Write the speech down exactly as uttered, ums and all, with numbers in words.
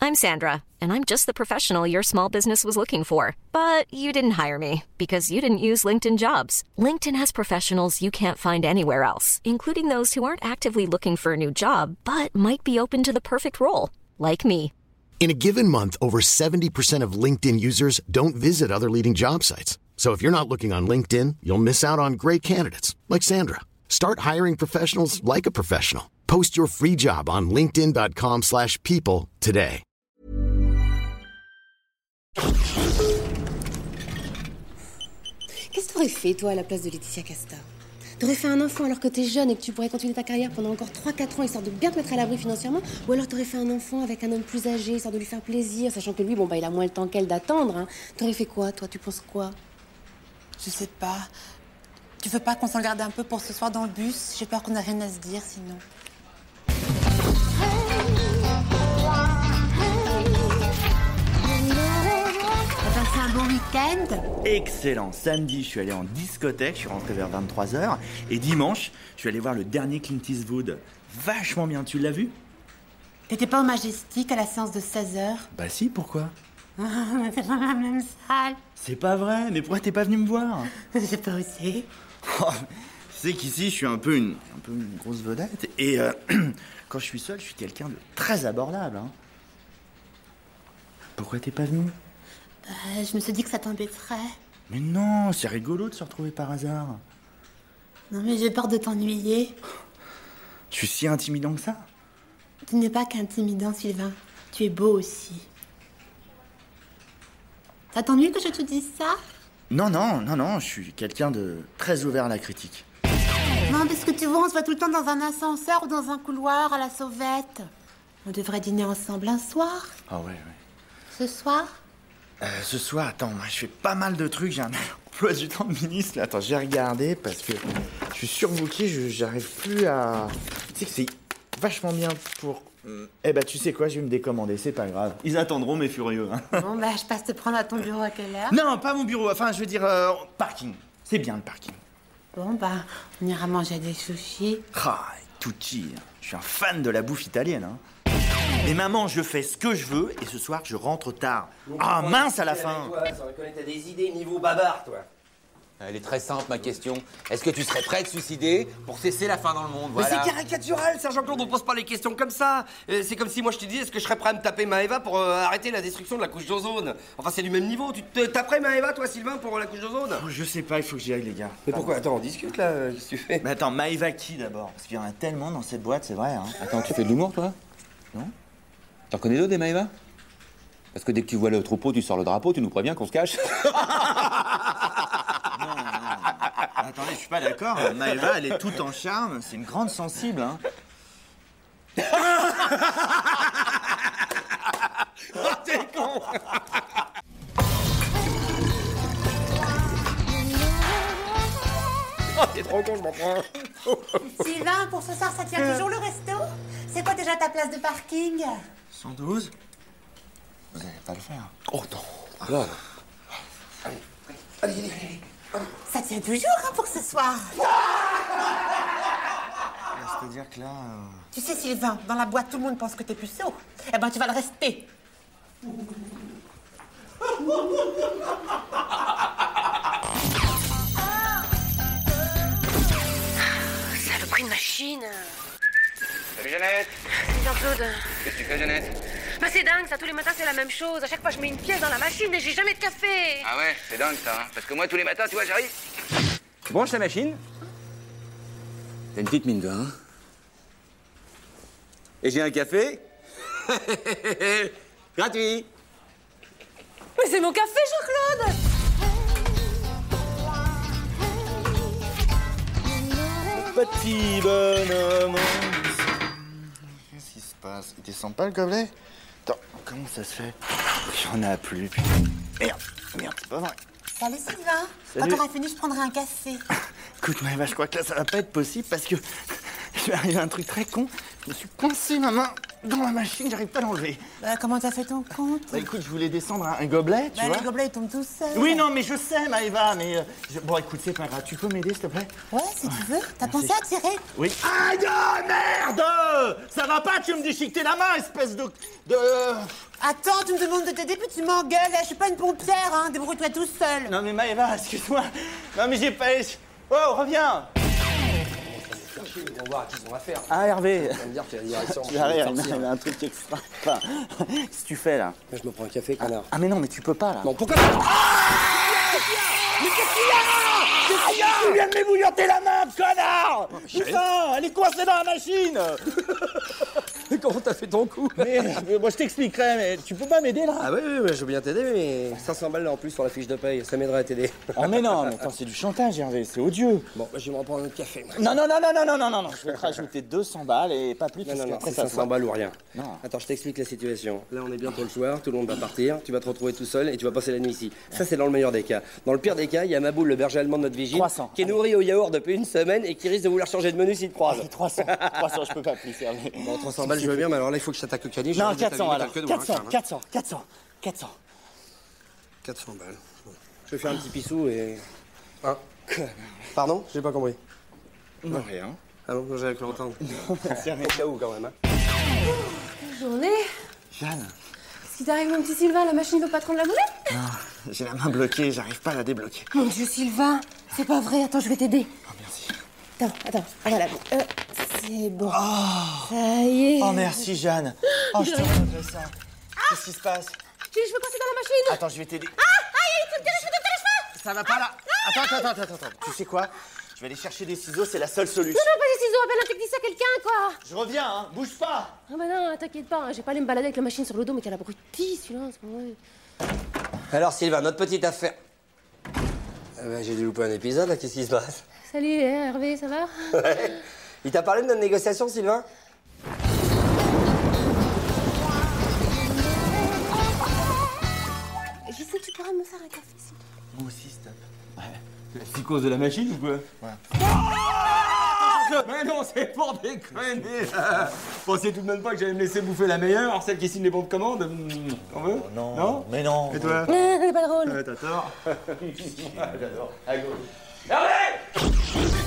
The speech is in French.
I'm Sandra, and I'm just the professional your small business was looking for. But you didn't hire me because you didn't use LinkedIn Jobs. LinkedIn has professionals you can't find anywhere else, including those who aren't actively looking for a new job, but might be open to the perfect role, like me. In a given month, over seventy percent of LinkedIn users don't visit other leading job sites. So if you're not looking on LinkedIn, you'll miss out on great candidates like Sandra. Start hiring professionals like a professional. Post your free job on linkedin dot com slash people today. Qu'est-ce que t'aurais fait, toi, à la place de Laetitia Casta? T'aurais fait un enfant alors que t'es jeune et que tu pourrais continuer ta carrière pendant encore trois quatre ans histoire de bien te mettre à l'abri financièrement? Ou alors t'aurais fait un enfant avec un homme plus âgé histoire de lui faire plaisir, sachant que lui, bon, bah, il a moins le temps qu'elle d'attendre, hein. T'aurais fait quoi, toi? Tu penses quoi? Je sais pas. Tu veux pas qu'on s'en garde un peu pour ce soir dans le bus? J'ai peur qu'on ait rien à se dire, sinon. T'as passé un bon week-end? Excellent. Samedi, je suis allé en discothèque, je suis rentré vers vingt-trois heures. Et dimanche, je suis allé voir le dernier Clint Eastwood. Vachement bien, tu l'as vu? T'étais pas au Majestic à la séance de seize heures? Bah si, pourquoi? C'est dans la même salle. C'est pas vrai, mais pourquoi t'es pas venu me voir? J'ai pas osé. Oh, tu sais qu'ici, je suis un peu une, un peu une grosse vedette. Et euh, quand je suis seul, je suis quelqu'un de très abordable. Hein. Pourquoi t'es pas venu? Bah, je me suis dit que ça t'embêterait. Mais non, c'est rigolo de se retrouver par hasard. Non, mais j'ai peur de t'ennuyer. Je suis si intimidant que ça? Tu n'es pas qu'intimidant, Sylvain. Tu es beau aussi. Ça t'ennuie que je te dise ça? Non, non, non, non, je suis quelqu'un de très ouvert à la critique. Non, parce que tu vois, on se voit tout le temps dans un ascenseur ou dans un couloir à la sauvette. On devrait dîner ensemble un soir. Ah ouais, ouais. Ce soir? Euh, ce soir, attends, moi je fais pas mal de trucs, j'ai un emploi du temps de ministre, là. Attends, j'ai regardé parce que je suis surbooké, je, j'arrive plus à... Tu sais que c'est vachement bien pour... Eh bah tu sais quoi, je vais me décommander, c'est pas grave. Ils attendront mes furieux. Hein. Bon bah je passe te prendre à ton bureau à quelle heure? Non, pas mon bureau, enfin je veux dire euh, parking. C'est bien le parking. Bon bah on ira manger des sushis. Ah, tutti, je suis un fan de la bouffe italienne. Hein. Mais maman, je fais ce que je veux et ce soir je rentre tard. Donc, ah mince à la fin. Toi, sans reconnaître, t'as des idées niveau babar, toi. Elle est très simple, ma question. Est-ce que tu serais prêt à te suicider pour cesser la faim dans le monde? Mais Voilà. c'est caricatural, Sergent-Claude, on pose pas les questions comme ça. Euh, c'est comme si moi je te disais, est-ce que je serais prêt à me taper Maëva pour euh, arrêter la destruction de la couche d'ozone? Enfin, c'est du même niveau. Tu te taperais Maëva, toi, Sylvain, pour la couche d'ozone? Oh, je sais pas, il faut que j'y aille, les gars. Mais pourquoi? Attends, on discute, là. Qu'est-ce que tu fais? Mais attends, Maëva qui, d'abord? Parce qu'il y en a tellement dans cette boîte, c'est vrai, hein. Attends, tu fais de l'humour, toi? Non? T'en connais d'autres, des Maëva? Parce que dès que tu vois le troupeau, tu sors le drapeau, tu nous préviens qu'on se cache. Non, non, non. Attendez, je suis pas d'accord. Maëva, elle est toute en charme. C'est une grande sensible, hein. Oh, t'es con! Oh, t'es trop con, je m'en prends. Sylvain, pour ce soir, ça tient toujours le resto? C'est quoi déjà ta place de parking? cent douze? Vous allez pas le faire. Oh non. Là. Allez, allez, allez, allez. Ça tient toujours, hein, pour ce soir. C'est-à-dire que là... Euh... Tu sais, Sylvain, dans la boîte, tout le monde pense que t'es puceau. Eh ben, tu vas le rester. Saloperie de machine. Salut Jeannette. Salut Jean-Claude. Qu'est-ce que tu fais, Jeannette? Bah c'est dingue, ça, tous les matins c'est la même chose. À chaque fois je mets une pièce dans la machine et j'ai jamais de café. Ah ouais, c'est dingue ça, hein. Parce que moi tous les matins, tu vois, j'arrive. Tu branches la machine? T'as une petite mine, toi, hein? Et j'ai un café? Gratuit. Mais c'est mon café, Jean-Claude. Petit bonhomme. Qu'est-ce qui se passe? Il descend pas le gobelet? Attends, comment ça se fait? J'en ai plus, putain. Merde, merde, c'est pas vrai. Salut Sylvain. Salut. Quand t'auras fini, je prendrai un café. Écoute, Maëva, je crois que là, ça va pas être possible parce que il m'est arrivé un truc très con. Je me suis coincé ma main dans la machine, j'arrive pas à l'enlever. Bah, comment t'as fait ton compte? Bah écoute, je voulais descendre un, un gobelet, tu bah, vois. Les gobelets, ils tombent tout seuls. Oui, non, mais je sais, Maëva, mais... euh, je- Bon, écoute, c'est pas grave. Tu peux m'aider, s'il te plaît? Ouais, si tu veux. T'as Merci. pensé à tirer? Oui. Aïe, oh, merde! Ça va pas, tu me déchiquetais la main, espèce de... de... Attends, tu me demandes de t'aider, puis tu m'engueules. Je suis pas une pompière, hein. Débrouille-toi tout seul. Non mais Maëva, excuse-moi. Non mais j'ai pas... Oh, reviens. On va voir qui on va faire. Ah, Hervé. On va me dire que la direction... Tu vas rire, il y a un truc extra. Enfin, qu'est-ce que tu fais, là? Je me prends un café, connard. Ah mais non, mais tu peux pas, là. Non, pourquoi... Mais qu'est-ce qu'il y a? Qu'est-ce qu'il y a? Tu viens de m'ébouillanter la main, connard! Putain, elle est coincée dans la machine! Comment t'as fait ton coup? mais, mais moi je t'expliquerai, mais tu peux pas m'aider là? Ah oui, oui, oui, je veux bien t'aider, mais cinq cents balles là en plus sur la fiche de paye, ça m'aiderait à t'aider. Oh mais non, mais attends, c'est du chantage, Hervé, c'est odieux. Bon, bah, je vais me reprendre un autre café. Non, non, non, non, non, non, non, non, non, je vais te rajouter deux cents balles et pas plus. Non, non, non, après c'est ça cinq cents balles ou rien. Non. Attends, je t'explique la situation. Là, on est bientôt le soir, tout le monde va partir, tu vas te retrouver tout seul et tu vas passer la nuit ici. Ça, c'est dans le meilleur des cas. Dans le pire des cas, il y a Maboul, le berger allemand de notre vigile, trois cents. qui est nourri au yaourt depuis une semaine et qui risque de vouloir changer de menu s'il te croise. Ah, trois cents, trois cents, je peux pas plus, Hervé. Bon, trois cents balles, je veux bien, mais alors là, il faut que je t'attaque le caniche. Non, quatre cents alors, quatre cents, quatre cents, quatre cents, quatre cents. quatre cents balles. Je vais faire un petit pissou et... Hein? Pardon? J'ai pas compris. Non, rien. Ah non, j'avais cru entendre. C'est un cas où quand même, hein? Quelle journée. Jeanne. Qu'est-ce qui t'arrive, mon petit Sylvain? La machine veut pas te rendre la boulette? Non, j'ai la main bloquée, j'arrive pas à la débloquer. Mon Dieu, Sylvain, c'est pas vrai. Attends, je vais t'aider. Oh, merci. Attends, attends, ah, voilà. Euh, c'est bon. Ça y est. Oh, merci, Jeanne. Oh, je te regrette ça. Qu'est-ce qui se passe? J'ai les cheveux coincés dans la machine. Attends, je vais t'aider. Ah, ah, il y a les trucs de les cheveux, de les cheveux. Ça va pas là. Attends, attends, attends, attends, attends. Tu sais quoi? Je vais aller chercher des ciseaux, c'est la seule solution. Non, non, pas des ciseaux, appelle un technicien, quelqu'un, quoi. Je reviens, hein. Bouge pas. Ah bah non, t'inquiète pas, hein, j'ai pas allé me balader avec la machine sur le dos, mais qu'elle abrutit, celui-là, c'est pas vrai. Alors, Sylvain, notre petite affaire. Eh ben, j'ai dû louper un épisode, là, qu'est-ce qui se passe? Salut, hein, Hervé, ça va? Ouais. Il t'a parlé de notre négociation, Sylvain? Je sais que tu pourras me faire un café, s'il te plaît. Moi aussi, stop. Ouais. La psychose de la machine ou quoi? Ouais. Mais non, c'est pour déconner. Pensez tout de même pas que j'allais me laisser bouffer la meilleure, celle qui signe les bons de commande? On veut? Oh, non, non, mais non. Et toi? C'est pas drôle. Ouais, t'as tort. J'adore. À gauche. Hervé!